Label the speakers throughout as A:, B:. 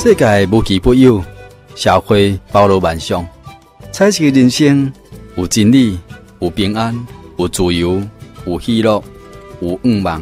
A: 世界无奇不有，社会包罗万象，彩色的人生有真理，有平安，有自由，有喜乐，有愿望。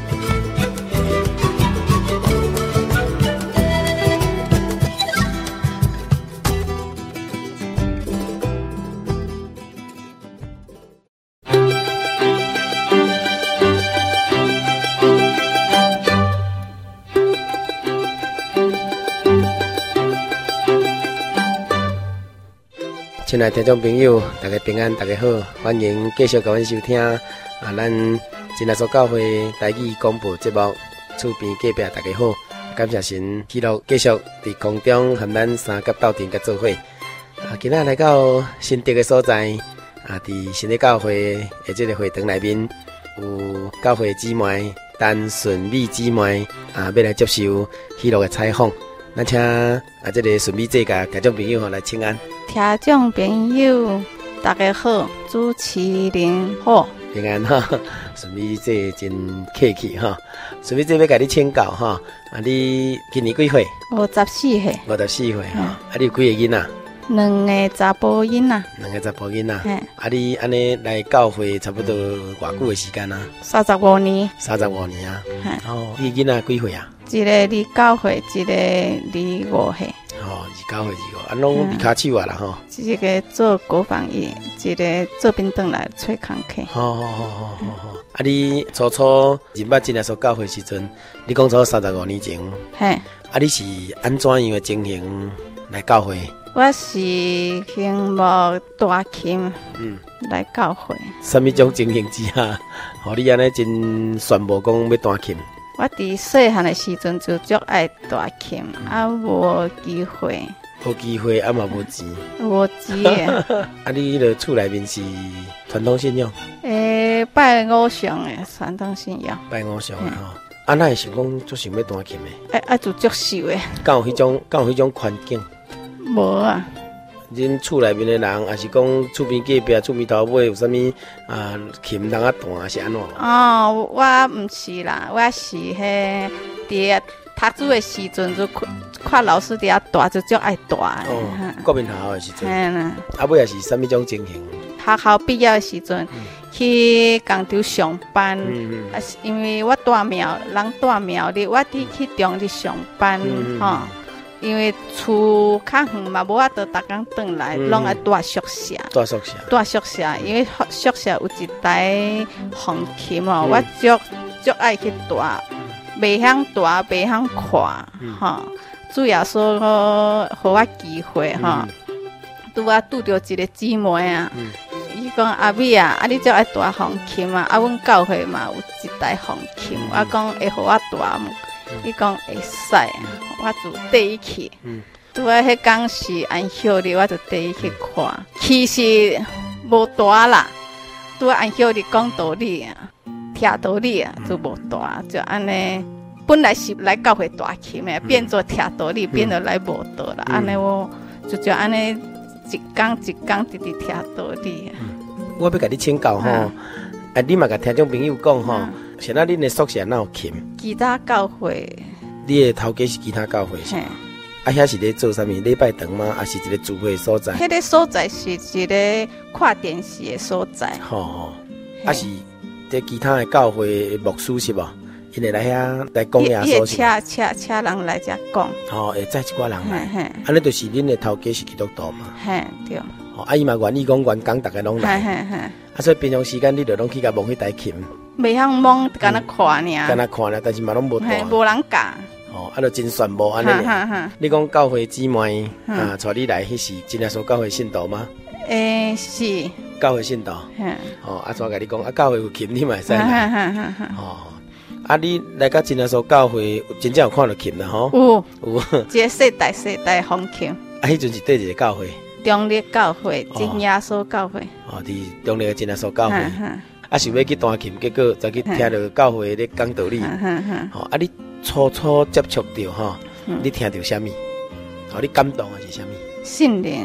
B: 亲爱的听众朋友，大家平安，大家好，欢迎继续跟阮收听咱真耶稣教会台语广播节目。厝边隔壁大家好，感谢神记录继续伫空中和咱三甲斗阵甲做伙。今仔来到新竹的所在，伫新的教会的这个会堂内面，有教会姊妹陈顺美姊妹要来接受喜乐的采访。咱请这个顺美姐甲听众朋友来请安。
C: 听众朋友，大家好，主持人好，
B: 平安哈。顺美姐真客气哈。顺美姐要甲你请教哈，你今年几岁
C: ？54岁。
B: 54岁哈。你有几个囡仔
C: ？2个查甫囡仔。
B: 2个查甫囡仔。你安尼来教会差不多偌久的时间啊
C: ？35年。
B: 35年啊。你囡仔几岁啊？
C: 一个离教会，一个离5岁。
B: 离教会2个，拢离骹手啊啦吼。
C: 一个做国防役，一个做兵转来找工课。
B: 好。你初入真耶稣教会时阵，你讲初35年前。
C: 嘿。
B: 你是安怎样的情形来教会？
C: 我是兴慕大琴，来教会。
B: 什么种情形之下，互你安尼真宣布讲要弹琴？
C: 我伫细汉的时阵就足爱弹琴，无机会。
B: 无机会，嘛无钱。
C: 无钱的。
B: 你的厝内面是传统信仰？
C: 拜偶像的传统信仰。
B: 拜偶像的吼。那会想讲足想要弹琴的？
C: 就足秀的。
B: 敢有迄种环境？
C: 无啊。
B: 恁厝内面的人，还是讲厝边隔壁、厝边头尾有啥物琴人弹，是安怎？
C: 我毋是啦，我是伫读书的时阵就看老师伫遐弹，就足爱弹。
B: 国民学校的时阵。
C: 嘿啦。
B: 尾也是啥物种情形？
C: 学校毕业的时阵，去工厂上班。因为我住苗栗，我去中立上班吼。因为厝较远嘛，无法度逐工转来，拢爱住宿舍。住宿舍，因为宿舍有一台风琴我足爱去弹，袂晓弹，袂晓看主要说互我机会拄着一个姊妹伊讲阿美你足爱弹风琴阮教会嘛有一台风琴，我讲会互我弹。伊讲会使，我就缀伊去。拄啊，迄讲是安休日，我就缀伊去看。其实无大啦，拄啊安休日讲道理听道理就无大，就安尼。本来是来教会弹琴的，变做听道理，变做来无道啦。安尼我就安尼一讲一讲直直听道理。
B: 我要甲你请教吼，你嘛甲听众朋友讲吼。现在恁的宿舍哪有琴？
C: 其他教会。
B: 你的头家是其他教会是吗？遐是咧做啥物？礼拜堂吗？还是一个聚会所在？
C: 迄个所在是一个看电视的所在。
B: 是这其他的教会牧师是无？因会来遐来讲耶稣是吗？
C: 车人来遮讲。
B: 会载一寡人来。安尼就是恁的头家是基督徒嘛？
C: 对。
B: 伊嘛愿意讲员工大家拢来。所以平常时间你就拢去甲摸迄台琴。
C: 袂晓摸，干那看
B: 尔，但是嘛拢无弹，
C: 无人教。
B: 就真宣布安尼。你讲教会姊妹带你来，迄是真耶稣教会信徒吗？
C: 是。
B: 教会信徒。怎甲你讲？教会有琴，你嘛会使来。你来到真耶稣教会，真正有看到琴啦吼？
C: 有。一个世代风琴。
B: 迄阵是第一个教会？
C: 中立教会，真耶稣教会。
B: 伫中立的真耶稣教会。想要去弹琴，结果再去听到教会咧讲道理。你初接触到你听到啥物？你感动的是啥物？
C: 圣灵。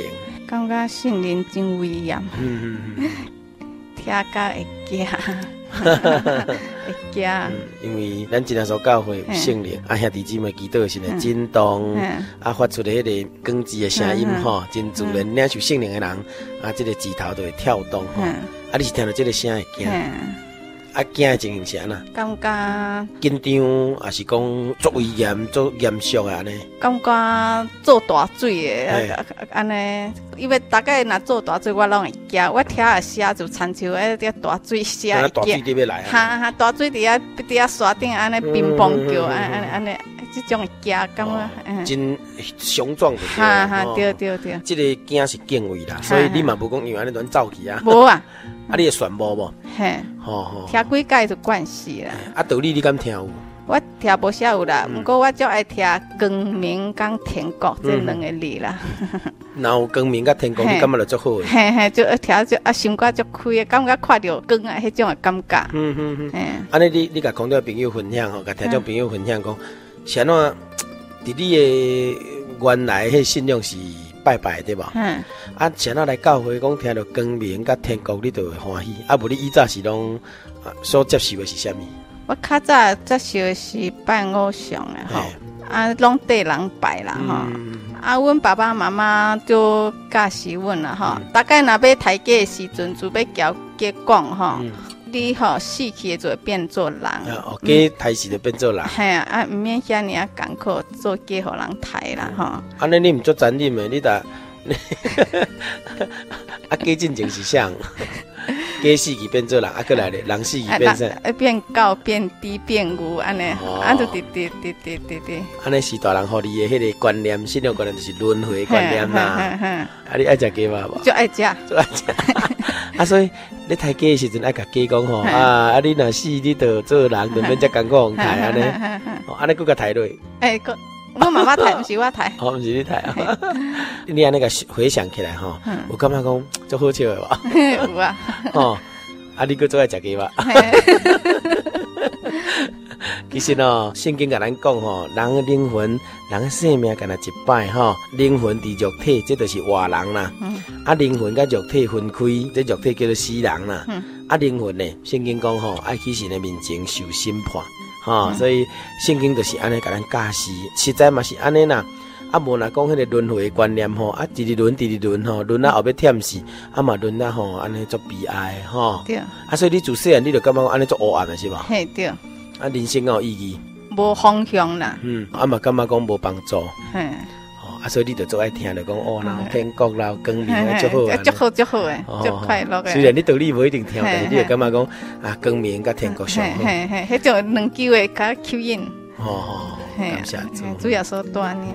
C: 感觉圣灵真威严。听甲会惊。 会惊。
B: 因为咱真耶稣教会有圣灵，兄弟姊妹祈祷时呢震动，发出迄个光之的声音吼，真自然领受圣灵的人，这个指头就会跳动吼。你是听到这个声会惊？惊的情形是安那？
C: 感觉
B: 紧张，还是讲足威严、足严肃的安尼？
C: 感觉做大水的，安尼，因为大概若做大水，我拢会惊。我听下声就亲像迄大水声会惊。
B: 大水伫要来
C: 啊！大水伫山顶安尼乒乓叫，安尼，这种会惊，感觉
B: 真雄壮的。
C: 对。
B: 这个惊是敬畏啦，所以你嘛无讲因为安尼乱走去啊。
C: 无啊。
B: 你会旋无无？
C: 嘿，听几届就惯死啦。
B: 道理你敢听有？
C: 我听无啥有啦，不过我足爱听光明甲天国这两个字啦。
B: 然后光明甲天国，你感觉就足好诶。
C: 嘿，就听就心肝足开诶，感觉看到光啊，迄种诶感觉。
B: 安尼你甲空中朋友分享吼，甲听众朋友分享讲，是安怎？伫你诶原来迄信仰是拜拜对吧？现在来教会讲听到光明甲天国，你就会欢喜。无你以前是拢所接受的是啥物？
C: 我较早接受的是拜偶像的吼，拢缀人拜啦吼。阮爸爸妈妈就教示阮啦吼，大概若要抬价的时阵，就要交价讲吼。你吼死去就会变做人，
B: 假抬死就变做人。
C: 系毋免遐尔艰苦做假互人抬啦吼。
B: 安尼你毋做残忍的，你打假进前是啥？假死去变做人，过来咧，人死去变啥？
C: 变狗变猪变牛安尼，就对。
B: 安尼是大人互你的迄个观念，信仰观念就是轮回观念啦。你爱食鸡嘛无？
C: 就爱食。
B: 所以你抬价的时阵爱甲鸡讲吼，你若死，你就做人，就免遮艰苦互抬安尼，安尼佫甲抬落。
C: 我妈妈抬，毋是我抬。
B: 毋是你抬啊！你安尼个回想起来吼，有感觉讲足好笑的无？
C: 有啊。
B: 你佫做爱食鸡吧？其实圣经甲咱讲吼，人的灵魂、人的生命，敢若一摆吼，灵魂伫肉体，这就是活人啦。灵魂甲肉体分开，这肉体叫做死人啦。灵魂呢，圣经讲吼，爱去神的面前受审判，所以圣经就是安尼甲咱教示，实在嘛是安尼啦。无若讲迄个轮回观念吼，一日轮吼，轮后要忝死，嘛轮吼，安尼足悲哀吼。对。所以你自细汉你就感觉安尼足黑暗的是吧？
C: 嘿，对。
B: 人生有意义，
C: 无方向啦。
B: 嘛感觉讲无帮助。
C: 嘿。
B: 所以你就做爱听就讲然后天国啦，光明足好啊，
C: 足好诶，足快乐诶。
B: 虽然你道理无一定听，但是你就感觉讲光明甲天国上好。
C: 迄种两句话较吸引。
B: 感谢主，
C: 主要说多年。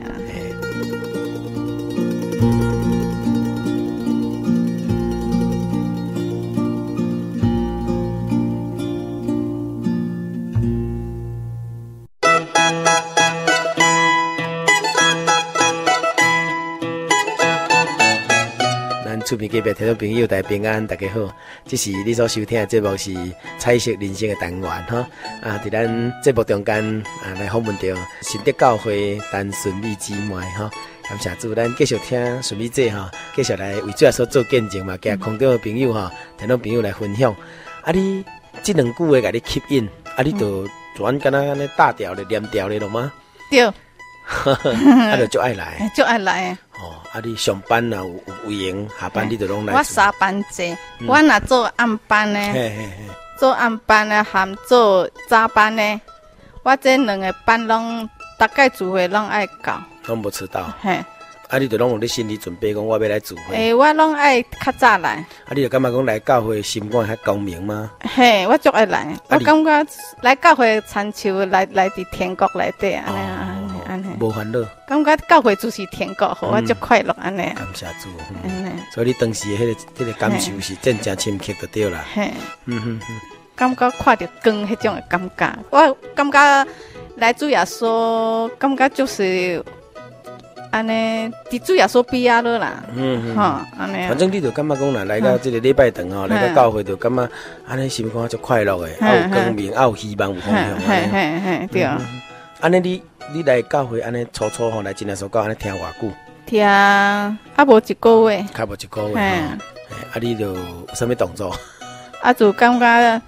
B: 厝边隔壁听众朋友大家平安，大家好。这是你所收听的节目是彩色人生的单元哈。在咱节目中间来访问到新德教会陈顺利姊妹哈。感谢主，咱继续听顺利姐哈，继续来为主要所做见证嘛，甲空中的朋友哈，听众朋友来分享。你这两句话甲你吸引，你就转敢若安尼大调咧、连调咧了吗？
C: 对。
B: 就足爱来，
C: 足爱来。
B: 你上班啊有闲，下班你就拢来。
C: 我三班制，我若做暗班呢，做暗班呢含做早班呢，我这两个班拢大概聚会拢爱到，
B: 拢无迟到。你就拢有咧心理准备，讲我要来聚会。
C: 我拢爱较早来。
B: 你就感觉讲来教会心肝较光明吗？
C: 我足爱来，我感觉来教会亲像来伫天国内底安尼。
B: 无烦恼，
C: 感觉教会就是天国，互我足快乐安尼。
B: 感谢主，所以你当时的迄个感受是真正深刻就对啦。
C: 感觉看到光迄种的感觉，我感觉来主耶稣，感觉就是安尼，伫主耶稣边仔了啦。安尼。
B: 反正你就感觉讲啦，来到这个礼拜堂吼，来到教会就感觉安尼心肝足快乐的，有光明，有希望，有方向。
C: 对。
B: 安尼你来教会安尼初吼来真耶稣教安尼听偌久？
C: 听无一个月。
B: 较无一个月。你就有啥物动作？
C: 就感觉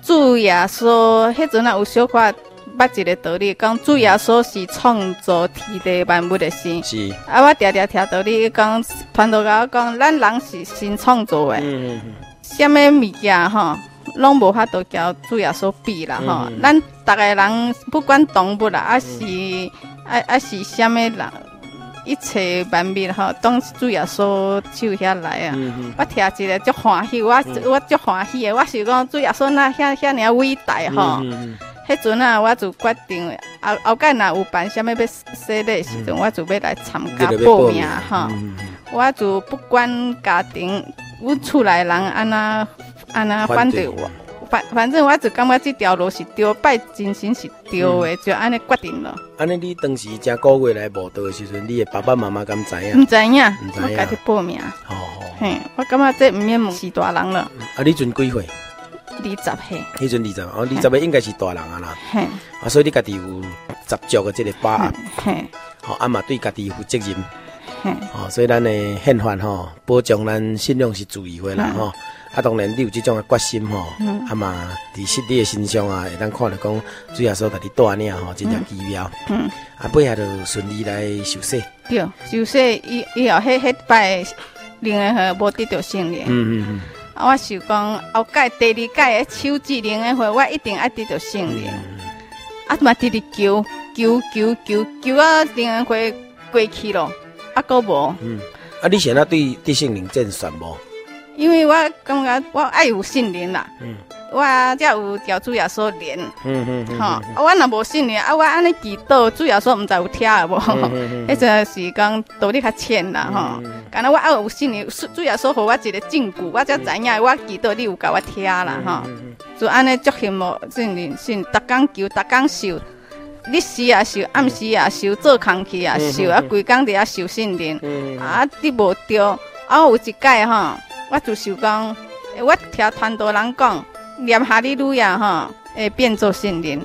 C: 主耶稣迄阵有小可捌一个道理，讲主耶稣是创造天地万物的神。
B: 是。
C: 我常常听道理讲，传道甲我讲，咱人是神创造的。什么物件吼，拢无法度交主耶稣比啦吼。咱逐个人不管动物啦，是什么人。一切万物吼，当主耶稣手遐来啊！我听一个足欢喜，我足欢喜的。我是讲主耶稣那遐尔伟大吼。迄阵啊，我就决定后盖若有办什么要洗礼时阵，我就要来参加报名吼。我就不管家庭，阮厝内人安那反对我。反正我就感觉这条路是对，拜真神是对的，就安尼决定了。
B: 安尼你当时正古月来报道的时阵，你的爸爸妈妈敢知影？
C: 唔知影，我家己报名。嘿，我感觉这唔免问是大人了。
B: 啊，你阵几岁
C: ？20岁。
B: 迄阵20岁应该是大人啊啦。嘿。啊，所以你家己有十足的这个把握。嘿。啊嘛对家己负责任。嘿。所以咱的宪法保障咱信仰是自由的啦啊，当然你有这种的决心啊嘛，伫实你的身上啊，会当看到讲主耶稣甲你带领真正奇妙。啊，背下就顺利来受洗。
C: 对，受洗以后迄摆灵的会无得到圣灵。啊，我想讲后届第2届的秋季灵的会，我一定爱得到圣灵。啊嘛，直求啊，灵的会过去咯，啊，搁无。
B: 啊，你现在对圣灵真算无？
C: 因为我感觉我爱有信念啦，我才有调主耶稣连，我若无信念，我安尼祈祷，主耶稣唔知有听无？迄阵是讲道理较浅啦，敢若我爱有信念，主耶稣给我一个证据，我才知影我祈祷你有甲我听啦，就安尼足幸无信念，逐工求，逐工受，日时也受，暗时也受，做工去也受，啊，规工伫遐受信念，啊，你无对，啊，有一届我就想讲，我听传道人讲，念哈利路亚会变做圣灵，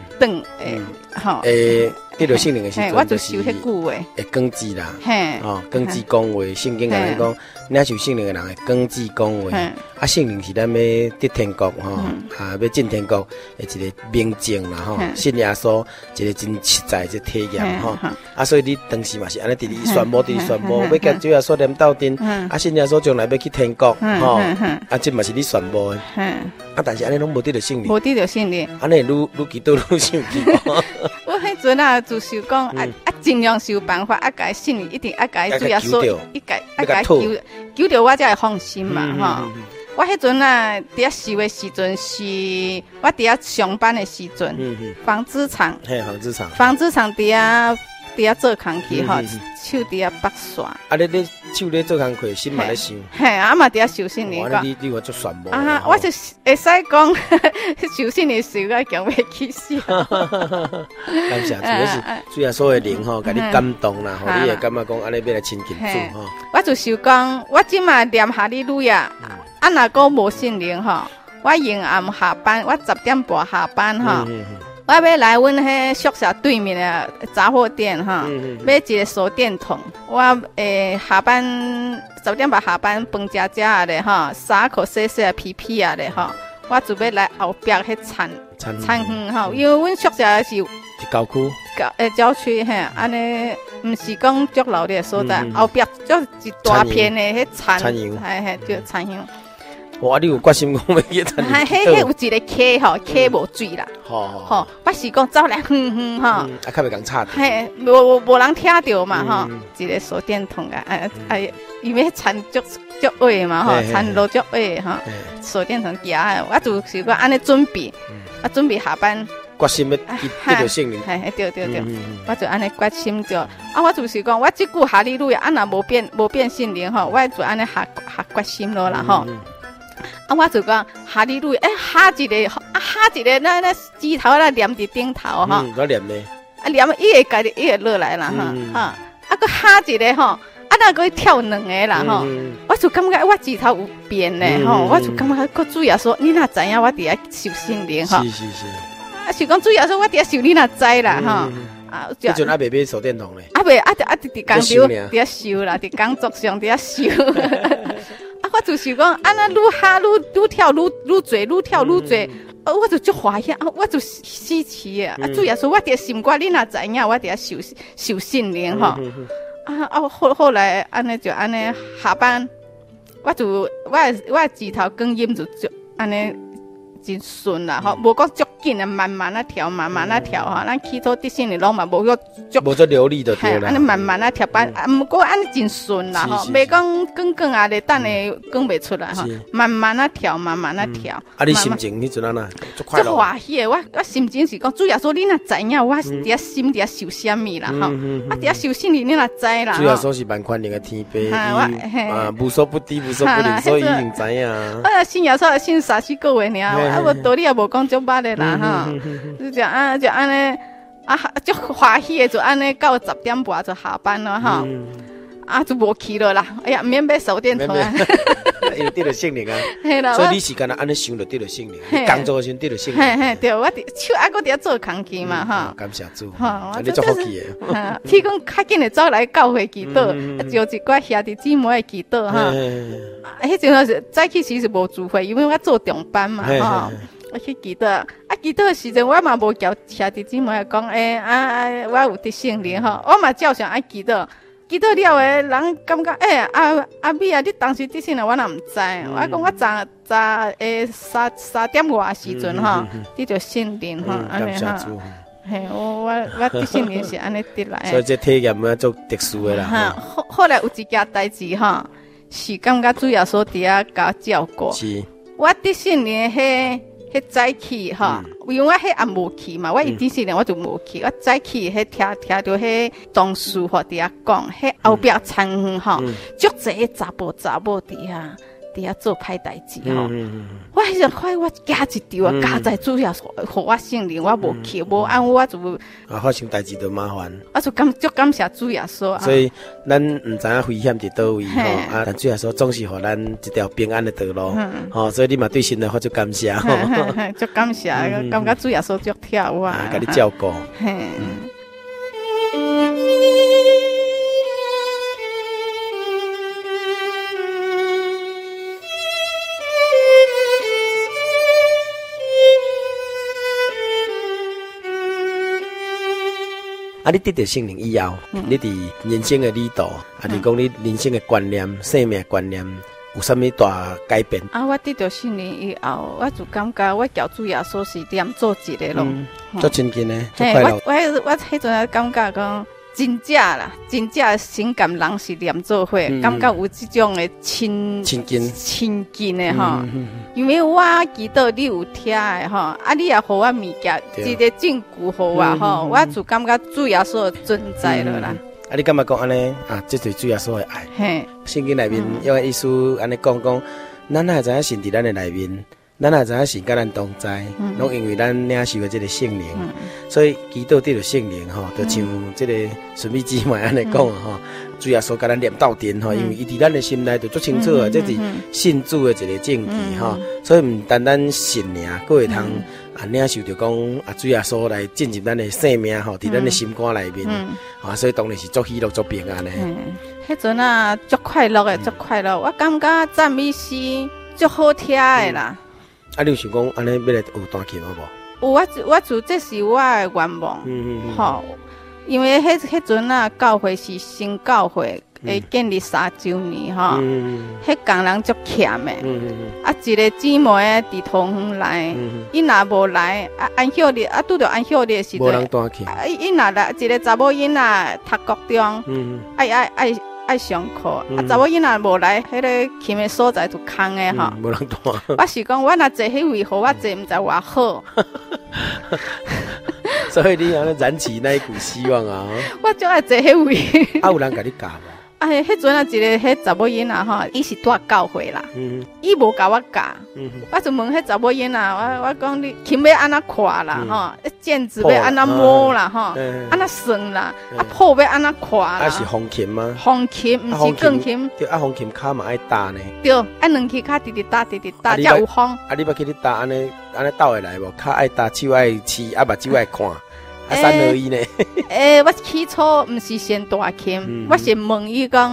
B: 得到圣灵的时阵，
C: 我就受迄句话，
B: 会讲字啦，讲字讲话，圣经讲讲，领受圣灵的人会讲字讲话，啊，圣灵是咱要得天国要进天国的一个明证啦信耶稣一个真实在的体验啊，所以你当时嘛是安尼，伫你宣布，要甲主耶稣连斗阵，啊，信耶稣将来要去天国啊，这嘛是你宣布的，啊，但是安尼拢无得到圣灵，
C: 无得到圣灵，
B: 安尼愈祈祷愈生气。
C: 我迄阵啊，就想讲尽量想办法甲信灵，一定甲主耶稣，甲求着我才会放心嘛我迄阵啊，伫遐受的时阵是我伫遐上班的时阵，纺织厂，纺织厂伫遐做工去手伫遐绑线。
B: 啊，你手咧做工课，心嘛咧想。
C: 啊嘛伫遐受信灵讲。
B: 你话足炫无？
C: 啊，我就会使讲受信灵受我强要起死。
B: 感谢，主要是主要所有灵甲你感动啦，你会感觉讲安尼要来亲近主
C: 我就想讲，我即马念哈利路亚。啊，若果无信灵我用暗下班，我10点半下班我要来阮迄宿舍对面的杂货店买一个手电筒。我下班10点半下班，饭食啊咧衫裤洗皮皮啊咧我就要来后壁迄餐园因为阮宿舍是
B: 郊区，
C: 郊区安尼毋是讲足闹热的所在，后壁足一大片的迄餐园，对餐园。
B: 哇！你有决心讲要去餐园？
C: 迄有一个溪无水啦。我是讲走来
B: 啊，较袂讲吵。
C: 无人听到嘛一个手电筒因为餐足矮嘛餐路足矮手电筒夹我就是讲安尼准备，准备下班。
B: 决心要得到圣灵，
C: 对，我就安尼决心着我就是讲，我即句哈利路亚，若无变圣灵我就安尼下决心咯啦我就讲哈利路亚，下一个那指头念伫顶头
B: 我念咧，
C: 念伊会家己伊会落来啦个下一个若个跳2个啦我就感觉我指头有变咧我就感觉个主耶稣，你若知影我伫遐受圣灵是是讲主耶稣我伫遐受，你若知啦
B: 迄阵还未买手电筒咧，
C: 未伫工厂伫遐收啦，伫工作上伫遐收我就就是讲，安那愈哈愈跳愈侪，愈跳愈侪。我就足欢喜，我就稀奇的。主要说，我伫心肝，你若知影，我伫受训练吼。后来安尼就安尼下班，我指头跟音就安尼真顺啦吼，无讲足紧的，慢慢啊调，慢慢啊调吼。咱起初伫训练拢嘛无个
B: 无足流利就对啦。
C: 安尼慢慢啊调班，毋过安尼真顺啦吼，袂讲滚啊咧，等下滚袂出来吼。慢慢啊调，慢慢啊调。
B: 你心情迄阵啊哪？足快乐。
C: 足欢喜的，我心情是讲，主要说你若知影，我伫遐心伫遐受啥物啦吼。伫遐受训练，你若知啦。
B: 主要说是万宽灵的天父，无所不知，无所不灵，所以已经知影。
C: 信耶稣信3-4个月尔，无道理也无讲足捌的啦吼。就安尼足欢喜的，就安尼到10点半就下班了吼。就无去了啦。哎呀，免买手电筒啊。
B: 因为得了圣灵啊。
C: 嘿啦。
B: 所以你是干那安尼想就得了圣灵，工作的时候得了圣灵。
C: 对，我手还搁伫遐做工去嘛哈。
B: 感谢主。你做好去
C: 的。天公较紧的走来教会祈祷，就一寡兄弟姊妹的祈祷哈。迄阵是早起时是无聚会，因为我做中班嘛哈。我去祈祷，祈祷的时阵我嘛无叫兄弟姊妹讲，我有得圣灵吼，我嘛照常爱祈祷。祈祷了的人感觉阿美啊，你当时伫啥呢？我也毋知。我讲我早3点外的时阵吼，你就圣灵吼，安尼哈。嘿，我伫圣灵是安尼得来。
B: 所以这体验要做特殊的啦。
C: 后来有一件代志吼，是感觉主要所伫遐甲照顾。
B: 是。
C: 我伫圣灵迄早起吼，因为我迄也无去嘛，我一直时呢我就无去。我早起迄听到迄同事吼伫遐讲，迄后壁餐园吼，足侪查甫伫遐做歹代志吼。我迄阵看我加一条啊，加在主要互我圣灵，我无去，无安我就
B: 发生代志就麻烦。
C: 我就足感谢主耶稣。
B: 所以咱毋知影危险伫倒位吼，但主耶稣总是互咱一条平安的道路。吼，所以你嘛对神来发足感谢吼。
C: 足感谢，感觉主耶稣足疼我，
B: 甲你照顾。你得到圣灵以后，你伫人生的旅途，是讲你人生的观念、生命观念有啥物大改变？
C: 我得到圣灵以后，我就感觉我教主耶稣是念做一个咯，
B: 足亲近的，足快乐。
C: 我迄阵感觉讲。真正啦，真正情感人是念做伙，感觉有这种的亲近的吼。因为我记得你有听的吼，你也互我物件，一个证据互我吼，我就感觉主耶稣存在了啦。
B: 你感觉讲安尼这就是主耶稣的爱。圣经内面有意思安尼讲，咱也知影神伫咱的内面。咱也知影神甲咱同在，拢因为咱领受的这个圣灵，所以祈祷得到圣灵吼，就像这个顺便姊妹安尼讲吼，主耶稣甲咱连斗阵吼，因为伊伫咱的心内就足清楚啊，这是信主的一个证据吼，所以毋单单信尔，佫会通领受着讲主耶稣来进入咱的生命吼，伫咱的心肝内面，所以当然是足喜乐足平安的。
C: 迄阵足快乐的，足快乐，我感觉赞美诗足好听的啦。
B: 你有想讲安尼要来有弹琴好无？
C: 我就这是我的愿望，吼，因为迄阵教会是新教会，会建立3周年吼，迄工人足欠的，一个姊妹伫桃园来，伊若无来，安孝日拄着安孝日的时阵，
B: 无人弹琴，
C: 伊若来一个查某囡仔读高中，爱上课，查某囡仔无来，迄个琴的所在就空的吼。
B: 无人弹。
C: 我是讲，我若坐迄位，互我坐，毋知偌好。
B: 所以你安尼燃起那一股希望啊！
C: 我就爱坐迄位。
B: 有人甲你教无？
C: 迄阵一个迄查某囡仔吼，伊是住教会啦，伊无甲我教，我就问迄查某囡仔，我讲你琴要安怎看啦吼，键子要安怎摸啦吼，安怎算啦，谱要安怎看啦？
B: 是风琴吗？
C: 风琴毋是钢琴。
B: 对，风琴骹嘛爱打呢。
C: 对，两只骹直直打，才有风。
B: 你捌去你打安尼斗会来无？骹爱打，手爱饲，目睭爱看。3合1呢？
C: 我起初毋是先大琴，我先问伊讲，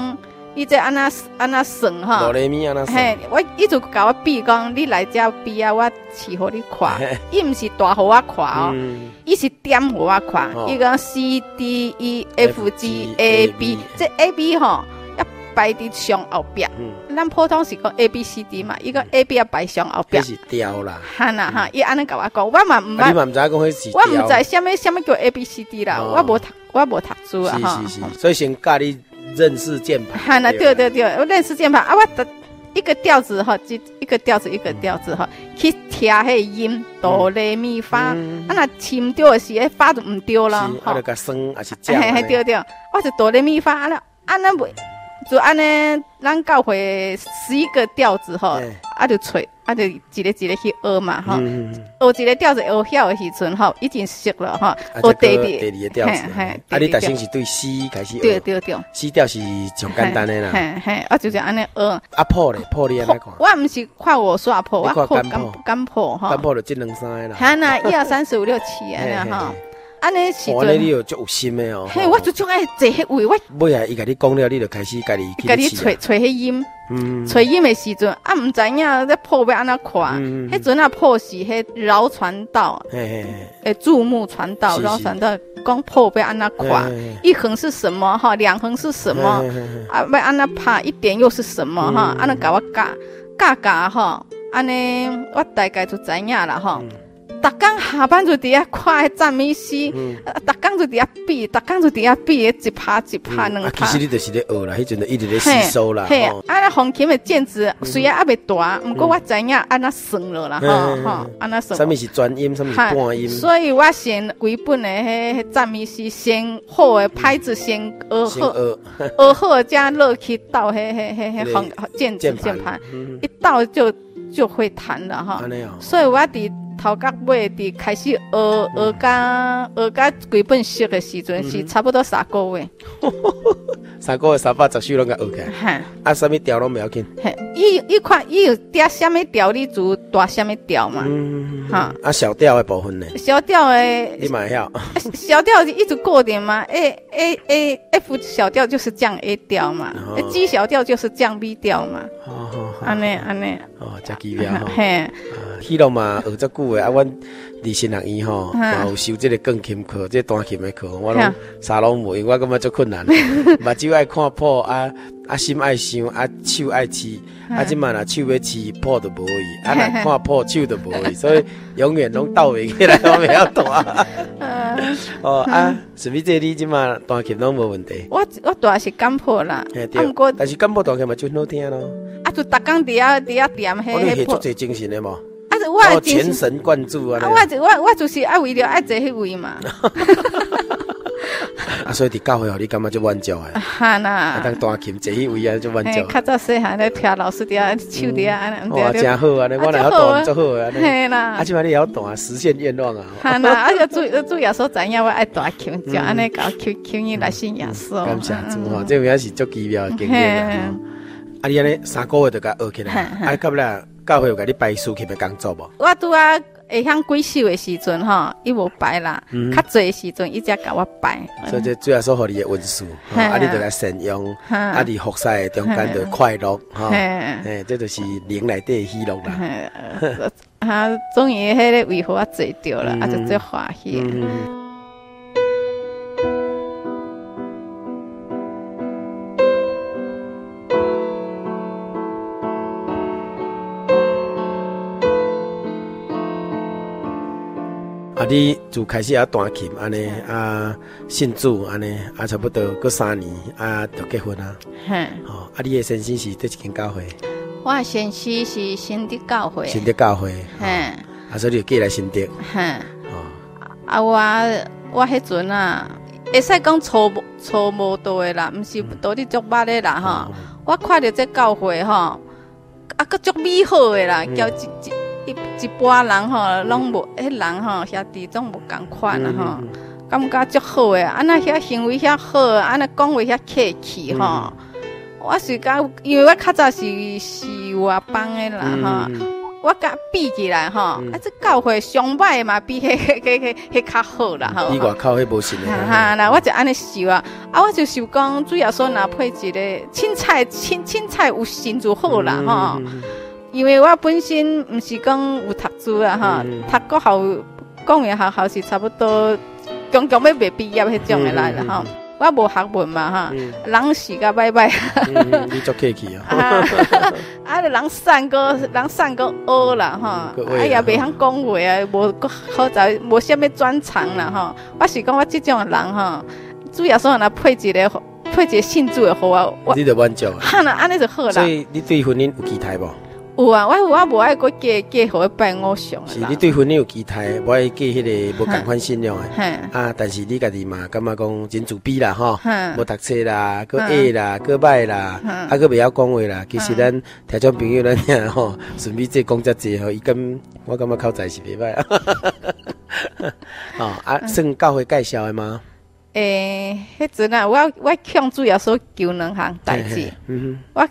C: 伊这安那算吼，
B: 哆来咪安那算。
C: 嘿，伊就甲我比讲，你来遮比啊，我试互你看。伊毋是大互我看哦，伊是点互我看。伊讲 C D E F G A B， 这 A B 吼要摆伫上后壁。咱普通是讲 A B C D 嘛，伊个 A B 要摆上后壁。
B: 迄是调啦。
C: 哈呐哈，伊安尼甲我讲，我嘛毋捌。
B: 你嘛毋知讲迄是
C: 调。我毋知什么叫 A B C D 啦，我无读书啊哈。
B: 是，所以先教你认识键盘。
C: 哈呐，对，我认识键盘啊，我一个调子哈，一个调子哈，去听迄音哆来咪发，啊那琴对的是迄发就毋对了，
B: 啊就甲升还是降。
C: 嘿，对，我是哆来咪发，安那就安尼，咱教会11个调子吼，啊就找，啊就一个去学嘛吼，学一个调子学晓的时阵吼，已经熟了吼，学第二
B: 个调子，啊你逐先是对 C 开始学，
C: 对
B: ，C 调是上简单的啦，
C: 嘿，啊就是安尼学。
B: 啊谱你安尼看？
C: 我毋是看我刷谱，我看简谱吼，
B: 简谱就这两三个啦，
C: 哈呐，1、2、3、4、5、6、7安尼吼。安尼时阵，
B: 安尼你有足有心的哦。
C: 嘿，我就种爱坐迄位，
B: 尾啊，伊甲你讲了，你就开始家己
C: 找迄音，找音的时阵，啊，毋知影这谱要安怎看，迄阵啊谱是迄绕传道，注目传道，绕传道讲谱要安怎看，一横是什么哈，两横是什么，啊，要安怎拍一点又是什么哈，安尼甲我教哈，安尼我大概就知影啦哈。逐工下班就伫遐看迄赞美诗，逐工就伫遐比，一拍两拍。
B: 其实你就是咧学啦，迄阵就一直咧吸收啦。
C: 嘿，那风琴的键子虽然还未大，不过我知影安那算了啦，吼，安那算。
B: 什么是专音，什么是半音？
C: 所以我先规本的迄赞美诗，先好的拍子先学好，才落去到迄风键盘，一到就会弹了哈。所以我伫头到尾伫开始学甲规本熟的时阵是差不多3个月。
B: 3个月310首拢甲学起来。啊，什么调拢袂要紧。
C: 伊看伊有调什么调，你就大什么调嘛。
B: 哈。啊，小调的部分呢？
C: 小调的
B: 你嘛会晓？
C: 小调一直固定嘛。F 小调就是降 A 调嘛。G 小调就是降 B 调嘛。安尼。
B: 哦，真奇妙吼。嘿。迄落嘛学足久的啊，阮伫新学院吼，嘛有修这个钢琴课，这单琴的课，我拢啥拢无，因为我感觉足困难。目睭爱看谱啊，心爱想啊，手爱试啊，即满若手要试谱都无去，啊，若看谱手都无去，所以永远拢倒袂起来，我袂晓弹。哦啊，是咪这你即满弹琴拢无问题？
C: 我弹是简谱啦，
B: 不过但是简谱弹琴嘛就很好听咯。啊，
C: 就逐工伫遐点迄。
B: 你下足侪精神的嘛？
C: 我
B: 全神贯注啊！
C: 我就是爱为了爱坐迄位嘛。
B: 啊，所以伫教会，你感觉足满足的。
C: 哈呐，
B: 当弹琴坐迄位啊，足满足。
C: 较早细汉咧听老师伫手伫安尼。
B: 哇，真好啊！我来弹足好啊！
C: 嘿啦，
B: 啊，即摆你也要弹，实现愿望啊！
C: 哈呐，而且主耶稣知影我爱弹琴，就安尼搞求伊来信耶稣。
B: 感谢主哈，这也是足奇妙的经验啊！啊，你安尼3个月就甲学起来，啊，到尾教会有甲你排事情的工作无？
C: 我拄啊会晓几首的时阵吼，伊无排啦，较侪的时阵伊才甲我排。
B: 所以这主要所互你的文书，啊，你就来善用，啊，伫服侍中间就快乐，哈，这就是灵内底的喜乐啦。
C: 啊，终于迄个为何我做着了，啊，就最欢喜。
B: 啊，你就开始弹琴安尼啊，信主安尼啊，差不多过3年啊，就结婚啊。哦，啊，你的先生是伫一间教会？
C: 我的先生是新德教会。
B: 新德教会。啊，所以你就寄来新德。
C: 啊，我迄阵啊，会使讲初无道的啦，毋是道理足捌的啦吼。我看着这教会吼，啊，个足美好的啦，叫一般人吼，拢无迄人吼，兄弟总无共款啦吼，感觉足好诶，安那遐行为遐好，安那讲话遐客气吼。我是讲，因为我较早是外邦诶啦吼， 我甲比起来吼，啊，这教会上歹嘛，比迄较好啦吼。
B: 比外口迄无信的。
C: 哈，那我就安尼想啊，我就想讲，主要说拿配一个凊彩有信就好啦吼。因为我本身毋是讲有读书啊吼，读国校公园学校是差不多强要未毕业迄种的来啦吼。我无学问嘛哈，人是甲歹歹，
B: 你足客气啊！
C: 人散个学啦哈，也袂晓讲话啊，无好在无啥物专长啦哈。我是讲我这种人哈，主要说若配一个信主的好啊，
B: 你就满足啊。
C: 哈那安尼就好啦。
B: 所以你对婚姻有期待无？
C: 有啊，我无爱过嫁互拜偶像
B: 是你对婚姻有期待，无爱嫁迄个无共款信仰的。但是你家己嘛，感觉讲真自卑啦吼，无读册啦，搁矮啦，搁歹啦，搁袂晓讲话啦。其实咱听众朋友咱遐吼，顺便这讲遮济吼，我感觉口才是袂歹啊。算教会介绍的吗？
C: 迄阵啊，我向主要所求两项代志，我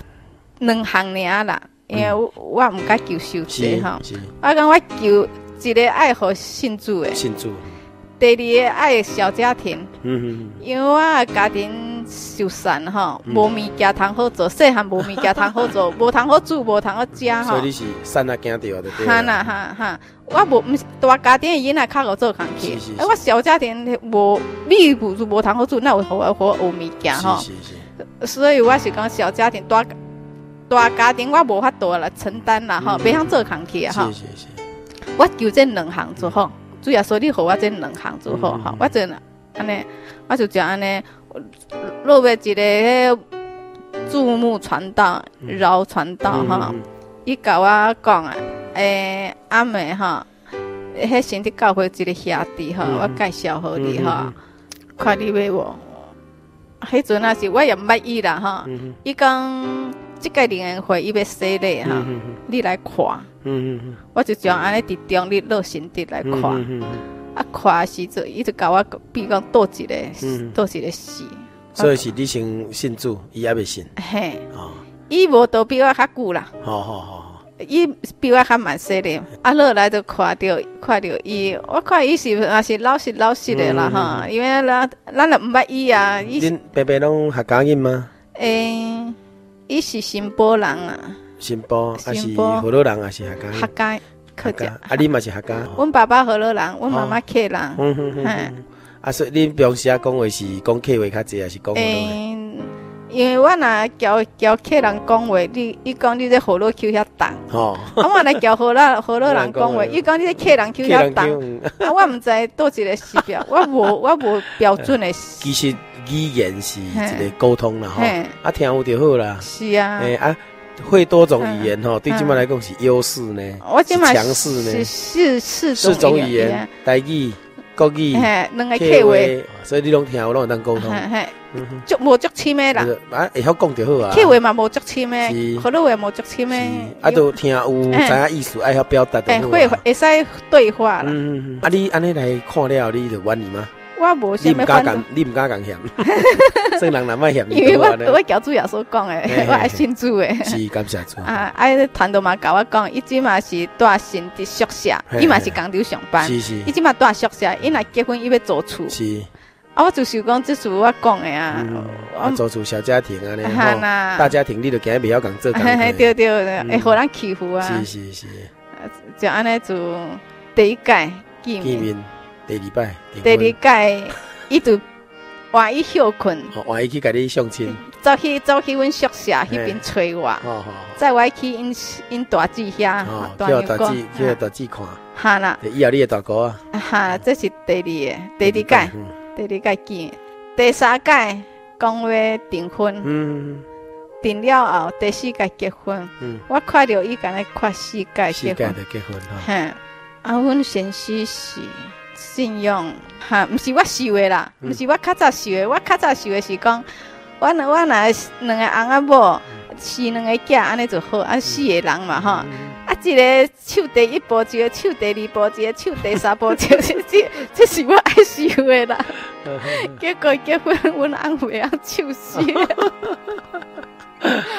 C: 2项尔啦。因为我唔敢求受罪吼，我讲我求一个爱好信主的，第二个爱小家庭，因为我家庭受散吼，无物件通好做，细汉无物件通好做，无通好煮，无通好食吼。
B: 所以你是散啊惊着的对。
C: 哈啦哈，我无是大家庭的囡仔较好做工去，我小家庭无米无通好煮，那有好学物件吼。所以我是讲小家庭大家庭我无法度来承担啦吼，袂晓做工去啊吼。我求这2项就好，主要说你互我这2项就好吼。我真安尼，我就讲安尼，落尾一个注目传道、饶传道吼。伊甲我讲啊，阿妹吼，迄先伫教会一个兄弟吼，我介绍互你吼，看你要无？迄阵啊是我也毋捌伊啦吼，伊讲。这个灵恩会伊要洗礼哈，你来看，我就将安尼伫中立乐神地来看，看的时阵，伊就甲我比讲倒一个死，
B: 所以是你先信主，伊还未信，
C: 嘿，伊无都比我较久啦，
B: 好，
C: 伊比我较慢洗礼，落来就看到伊，我看伊是也是老实的啦哈，因为咱也毋捌伊啊，
B: 恁爸爸拢客家人吗？
C: 伊是新埔人啊，
B: 新埔还是河洛人，还是客家？
C: 客家。
B: 你嘛是客家？
C: 阮爸爸河洛人，阮妈妈客人。
B: 所以恁平时讲话是讲客话较济，还是讲河洛？
C: 因为我若教客人讲话，伊讲你这河洛口遐重。我来教河洛人讲话，伊讲你这客人口遐重。我毋知倒一个时标，我无标准的。
B: 其实。语言是一个沟通啦吼，听有就好啦。
C: 是啊，
B: 会多种语言吼，对今麦来讲是优势呢，是强势呢，
C: 是
B: 四种语言，台语、国语、
C: 两个客话，
B: 所以你拢听有拢会当沟通。
C: 足无足深的啦，
B: 会晓讲就好啊。
C: 客话嘛无足深的，河洛话无足深的，
B: 就听有知影意思，爱晓表达就好。
C: 会使对话啦。
B: 你安尼来看了，你就满意吗？
C: 我无啥物反正，
B: 你唔敢讲嫌，算人难卖嫌。
C: 因为我教主耶稣讲诶，我爱信主诶。
B: 是感谢主。
C: 团长嘛甲我讲，伊即嘛是住新的宿舍，伊嘛是工厂上班。
B: 是。
C: 伊即嘛住宿舍，伊若结婚伊要租厝。
B: 是。
C: 我就是讲，这是我讲诶啊。
B: 租厝小家庭啊，吼，大家庭你就惊袂晓讲做工。
C: 对，会互人欺负啊。
B: 是。
C: 就安尼就第一届见面。第二届，伊就换伊休困，
B: 换伊去甲你相亲，
C: 走去阮宿舍迄边找我，载我去因大姊遐，
B: 大娘讲，叫大姊看，
C: 哈啦，
B: 以后你的大哥啊，
C: 哈，这是第二届见，第三届讲要订婚，订了后第4届结婚，我看到伊敢若看4届结婚，阮先生是。信用毋是我受的啦，毋是我较早受的，我较早受的是讲，我若2个翁仔某生2个囝，安尼就好，4个人嘛吼，一个手第1步，一个手第2步，一个手第3步，这是我爱受的啦。结果结婚，阮翁袂晓手死。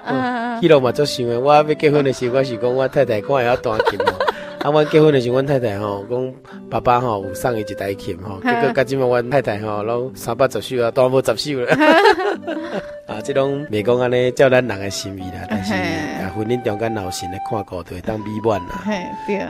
B: 迄落嘛足想的。我要结婚的时候，我是讲我太太看会晓弹琴哦。啊，阮结婚的时候，阮太太吼讲爸爸吼有送伊一台琴吼，结果到即满阮太太吼拢310首啊，弹无10首了。啊，即种袂讲安尼照咱人的心意啦，但是婚姻中间老神的看顾就会当美满啦。
C: 嘿，对。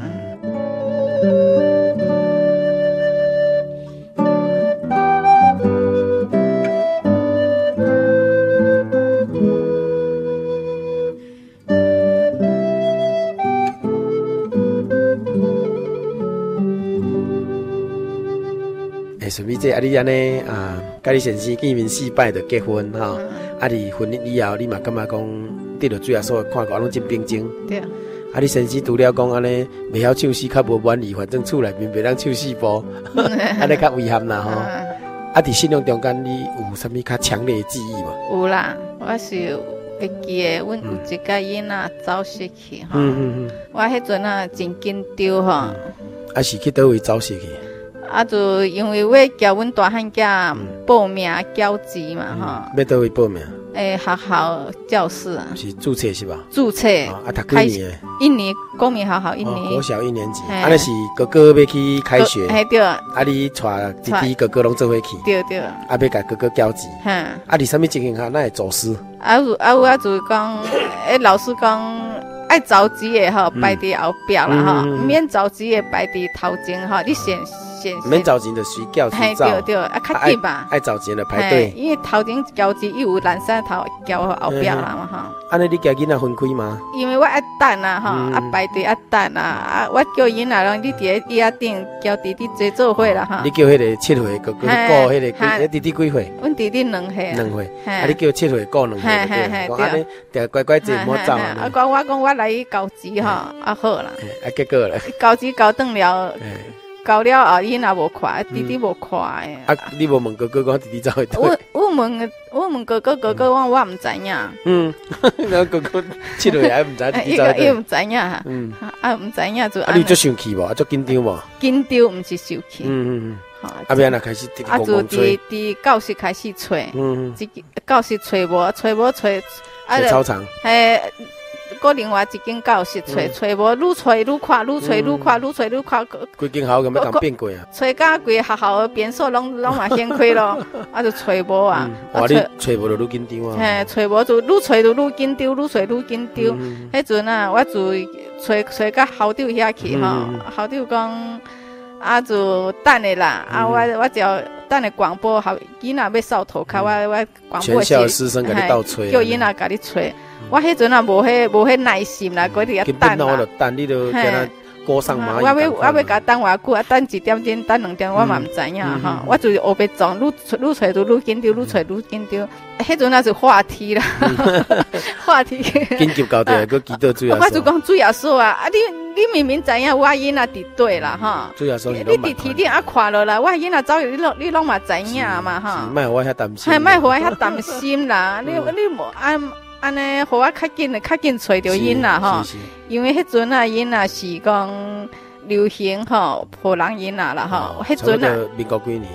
B: 顺便这你安尼啊，甲你先生见面4摆就结婚哈，啊，你婚姻以后，你嘛感觉讲得到最后所看过拢真平静。
C: 对。
B: 啊，你先生除了讲安尼袂晓唱诗，较无满意，反正厝内面袂当唱4步，安尼较遗憾啦吼。啊，伫信仰中间，你有啥物较强烈的记忆无？
C: 有啦，我是会记得，阮有一个囡仔走失去吼。我迄阵啊真紧张吼。
B: 啊，是去倒位走失去？
C: 啊，就因为要交阮大汉囝报名交职嘛，吼。
B: 要倒位报名？
C: 学校教室啊。是
B: 注册是吧？
C: 注册。
B: 啊，读几年的
C: ？1年，公民学校1年。
B: 国小1年级。啊，那是哥哥要去开学。
C: 嘿对。啊，
B: 你带弟弟哥哥拢做伙去。
C: 对对。
B: 啊，要甲哥哥交职。啊，你什么情形下那会走失？
C: 我就是讲，老师讲。爱着急的吼，排伫后壁啦吼，免着急的排伫头前吼。你先，
B: 免着急就随叫去走。
C: 对对，啊较紧嘛。
B: 爱着急就排队。
C: 因为头前交职伊有蓝山头交后壁啦嘛吼。
B: 安尼你家囡仔分开吗？
C: 因为我爱等啊吼，啊排队爱等啊，我叫囡仔拢你伫咧椅仔顶交弟弟坐做伙啦哈。
B: 你叫迄个7岁哥哥顾迄个弟弟几岁？
C: 阮弟弟2岁。
B: 2岁。啊，你叫7岁顾2岁。讲安尼，定乖乖坐，莫走啊。
C: 我讲我来交职吼，啊好啦。
B: 啊结果咧？
C: 交职交转了。交了后，囡仔无看，弟弟无看诶。
B: 啊，你无问哥哥讲弟弟走去倒？
C: 我问哥哥，哥哥我唔知影。
B: 那哥哥7岁还唔知弟弟走去倒？
C: 伊唔知影。啊唔知影就。
B: 啊，你足生气无？啊，足紧张无？
C: 紧张唔是生气。
B: 啊，要安那开始
C: 啊，就伫教室开始找。教室找无，找。
B: 操场。
C: 过另外一间教室找无，愈找愈看，规
B: 间校咁要咁变过啊！
C: 找甲规学校的变数拢嘛掀开咯，啊就找无啊！
B: 哇，你找无就愈紧张啊！
C: 嘿，找无就愈找就愈紧张，愈找愈紧张。迄阵啊，我就找甲校长遐去吼，校长讲啊就等的啦，啊我只要等的广播，好囡仔要扫涂骹，我广播
B: 全校师生甲你斗找，
C: 叫囡仔甲你找。我迄阵啊无迄耐心啦，嗰啲等啦。
B: 就等你就跟他过上蚂蚁。
C: 我要甲等偌久啊？等1点钟，等2点，我嘛唔知影哈。我就是学别撞，愈找就愈紧张，愈找愈紧张。迄阵啊是话题啦，话题。
B: 紧急交代，佮记到主要。
C: 我就讲主要说啊，你明明知影我囡仔伫对啦哈。
B: 主要说
C: 你伫天顶啊看落来，我囡仔走你拢嘛知影嘛哈。
B: 莫互我遐担心。
C: 系莫互我遐担心啦，你无安尼，互我较紧找着囡仔吼，因为迄阵啊囡仔是讲流行吼，普人囡仔啦吼，迄阵啊，
B: 民国几年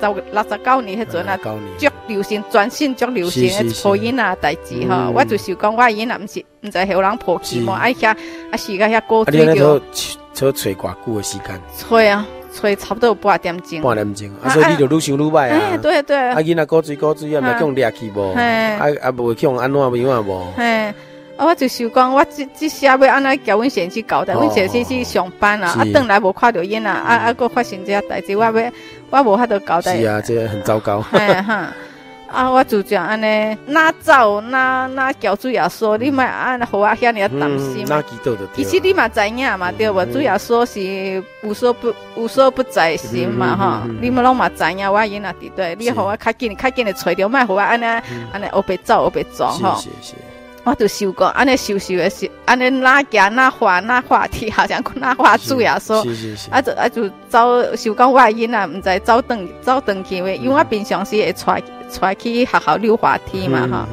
C: ？69年迄阵啊，足流行，全省足流行的普囡仔代志吼，我就是讲我囡仔毋知互人抱起嘛，爱遐啊是甲遐过追着，
B: 找偌久的时间？
C: 找差不多半点钟，
B: 啊，所以你就愈想愈歹啊。
C: 对对。
B: 啊，囡仔古水，啊，咪叫掠去无？啊，无叫安怎样无？
C: 我就想讲，我这下要安怎叫阮先去交代，阮先生去上班啊，转来无看到囡仔，佫发生这些代志，我无法度交代。
B: 是啊，这很糟糕。
C: 啊，我就讲安尼，哪走哪叫主要说，你莫安互我遐尔担心。
B: 哪记到的？
C: 其实你嘛知影嘛，对无？主要说是无所不在心嘛，哈！你们拢嘛知影，我囡仔伫对，你互我较紧的找着，莫互我安尼黑白走黑白撞吼。是。我就想讲，安尼收的是安尼哪行哪话题，好像哪话主要说，就走想讲我囡仔毋知走转去，因为我平常时会带去学校溜滑梯嘛哈，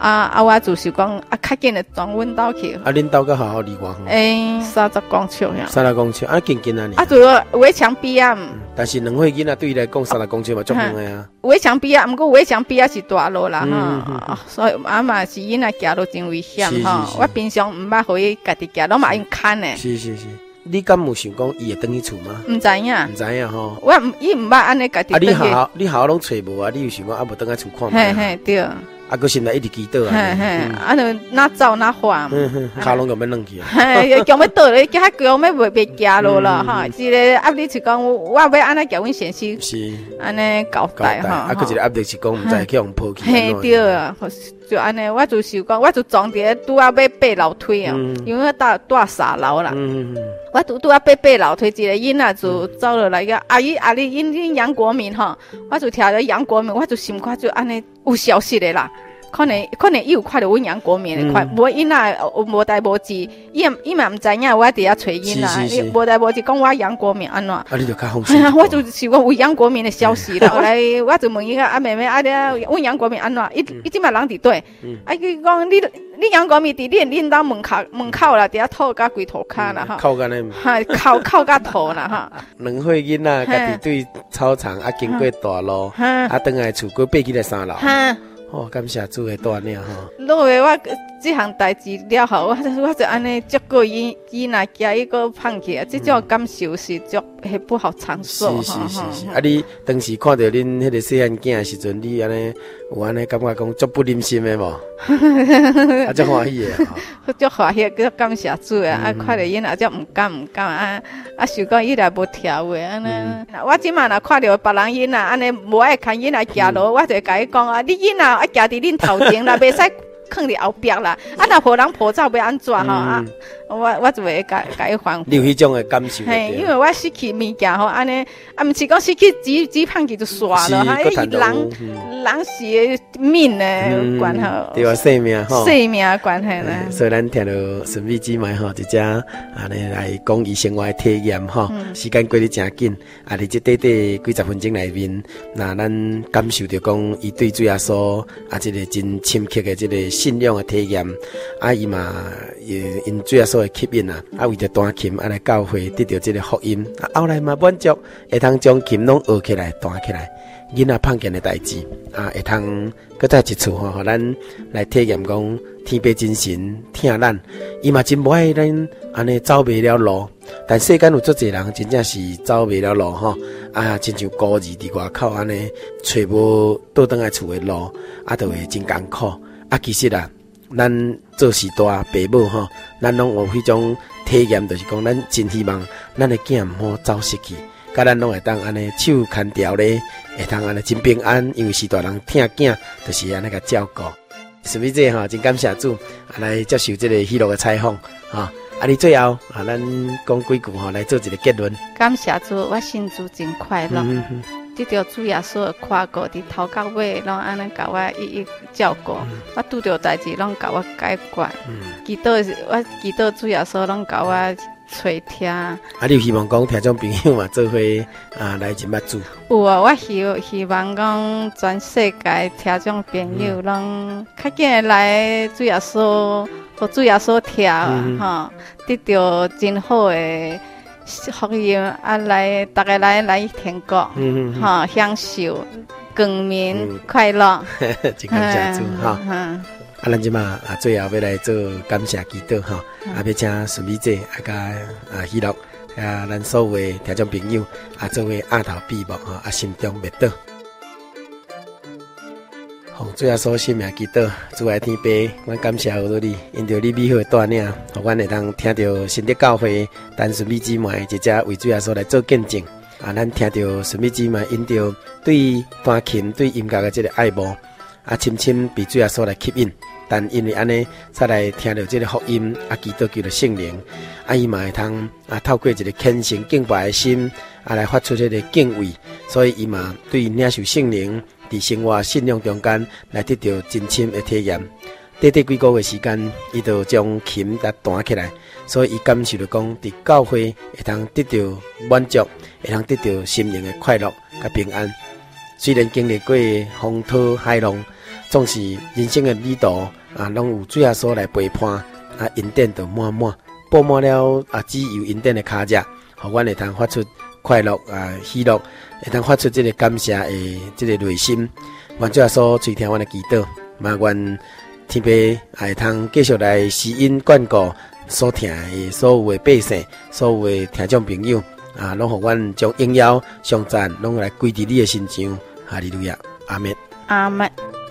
C: 我就是讲较紧的转阮兜去。
B: 恁兜个好好离外远
C: ？30公尺呀。
B: 30公尺，近近啊你。
C: 就围墙边啊。
B: 但是两岁囡仔对伊来讲，30公尺嘛足远的啊。
C: 围墙边啊，毋过围墙边啊是大路啦哈，所以嘛是囡仔行路真危险哈。我平常毋捌互伊家己行，拢嘛用牵的。
B: 是。你敢有想讲伊会转去厝吗？
C: 毋知影
B: 吼。
C: 伊毋捌安尼家己。
B: 你好拢找无啊？你有想讲无转去厝看吗？
C: 嘿对。
B: 佫心内一直祈祷
C: 啊。就哪走哪还。
B: 骹拢咁要软去啊。
C: 强要倒咧，叫强要袂行路了哈。一个压力是讲我要安尼叫阮先生。是。安尼交代哈。
B: 佫一个压力是讲毋知去互抛弃。
C: 嘿对啊。就安尼，我就想讲，我就撞伫拄啊要爬楼梯啊，因为我住3楼啦。我拄啊爬楼梯，一个囡仔就走落来个阿姨，因杨国民吼，我就听着杨国民，我就心看就安尼有消息的啦。可能伊有看到阮杨国民的快，无囡仔无代无志，伊嘛毋知影我伫遐找囡仔，无代无志讲我杨国民安怎？
B: 你就较放心。
C: 我就是讲有杨国民的消息啦。后来我就问伊个妹妹阮杨国民安怎？伊即摆人伫对，伊讲你杨国民伫恁兜门口啦，伫遐吐甲规涂骹啦哈。
B: 哭干呢？
C: 哭甲吐啦哈。
B: 两岁囡仔家己对操场经过大路，转来厝过爬起来3楼。感谢主的带领吼。
C: 落尾我这项代志了后，我就安尼足过伊若惊伊个放弃啊，这种感受是足不好承受。
B: 是。你当时看到恁迄个细汉囝的时阵，你安尼有安尼感觉讲足不忍心的无？足欢喜的。
C: 足欢喜，足感谢主啊！看到因也足毋甘想讲伊来无跳话安尼。我即满若看到别人因安尼无爱看因来行路，我就甲伊讲啊，你因行伫恁头前啦，袂使囥伫后壁啦。若互人抱走要安怎吼？我就会甲伊还。
B: 你有迄种的感受？
C: 嘿，因为我失去物件吼，安尼毋是讲失去只胖去就煞了，人是命的关系，
B: 对啊，生命吼，
C: 生命关系啦。
B: 所以咱听到顺美姊妹吼，一只安尼来讲伊生活的体验吼，时间过得真紧，伫这短几十分钟内面，那咱感受到讲伊对主耶稣这个真深刻的这个信仰的体验，伊嘛因主耶稣的吸引为着弹琴来教会得到这个福音，后来嘛满足，会通将琴拢学起来，弹起来。囡仔碰见的代志会通搁再一处吼，咱来体验讲天父真神疼咱，伊嘛真无爱咱安尼走袂了路，但世间有足侪人真正是走袂了路吼，亲像孤儿伫外口安尼找无倒转来厝的路，就会真艰苦。其实咱做时代爸母吼，咱拢有迄种体验，就是讲咱真希望咱的囝毋好走失去。甲咱拢会当安尼手牵条咧，会当安尼真平安，因为是大人疼囝，就是安尼甲照顾。顺便这吼，真感谢主来接受这个喜乐的采访哈。你最后咱讲几句吼，来做一个结论。
C: 感谢主，我心主真快乐。得到主耶稣的看顾，伫头到尾拢安尼甲我一一照顾，我拄着代志拢甲我解决。我祈祷主耶稣拢甲我找听。
B: 你有希望讲听众朋友嘛做伙来认捌主？有
C: 啊，我希望讲全世界听众朋友拢较紧来主耶稣，互主耶稣听吼，得到真好的福音来大家来天国，享受光明快乐。
B: 真感谢主哈！咱即马最后要来做感谢祈祷哈，要请顺美姐甲喜乐咱所有的听众朋友作为额头闭目心中默祷。主耶稣生命祈祷，主爱天父，阮感谢好多你，因着你美好的带领，互阮会当听到新的教会，单顺美姊妹一只为主耶稣来做见证。咱听到顺美姊妹因着对弹琴、对音乐的这个爱慕，深深被主耶稣来吸引。但因为安尼，才来听到这个福音，祈祷求着圣灵，伊嘛会通透过一个虔诚敬拜的心，来发出这个敬畏，所以伊嘛对领受圣灵。伫生活信仰中间来得到真深的体验，短几个月时间，伊就将琴来弹起来，所以伊感受到讲，伫教会会通得到满足，会通得到心灵的快乐甲平安。虽然经历过风涛海浪， 总是人生的旅途拢有最后所来陪伴恩典就满满，布满了只有恩典的脚迹，互阮会通发出快乐喜乐，会通发出这个感谢的这个内心。愿最后所垂听阮的祈祷，嘛愿天父会通继续来施恩眷顾所听的所有的百姓，所有的听众朋友拢互阮将荣耀颂赞拢来归伫你的身上。哈利路亚，阿们，
C: 阿们。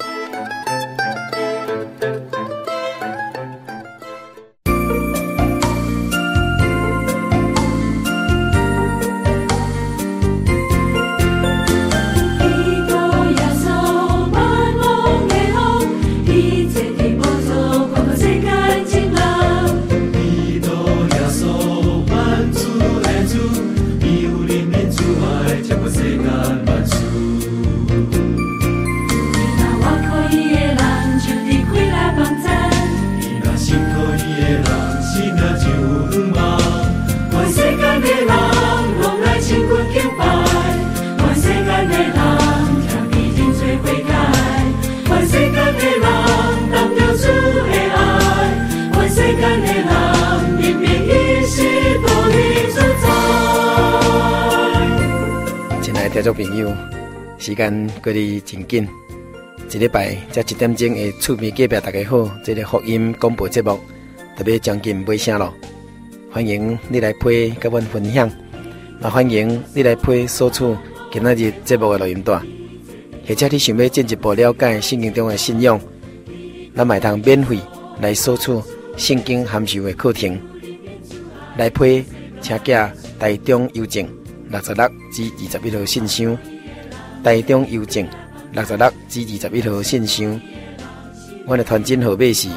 B: 听众朋友，时间过得真紧，一礼拜才1点钟的厝边隔壁大家好，这个福音广播节目特别将近尾声了。欢迎你来陪跟阮分享，也欢迎你来陪索取今仔日节目的录音带，或者你想要进一步了解圣经中的信仰，咱会通免费来索取圣经函授的课程，来陪请寄台中邮政66至21号信箱，台中邮政66至21号信箱。阮的传真号码是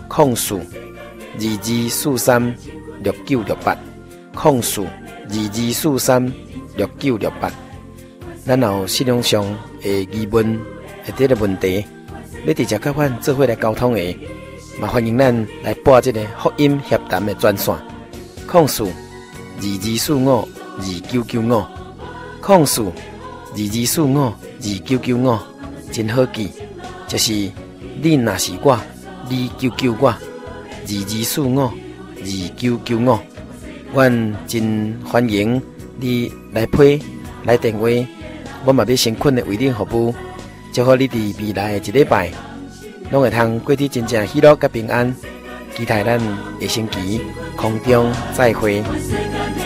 B: 0422436968，0422436968。咱有信仰上的疑问或者个问题，要直接甲阮做伙来沟通的，嘛欢迎咱来拨这个福音协谈的专线，0422452995，0422452995，真好记，就是你若是我，你救救我，22452995。阮真欢迎你来配来电话，我嘛要诚恳的为你服务，祝福你伫未来的一礼拜，拢会通过得真正喜乐甲平安。期待咱下星期空中再会。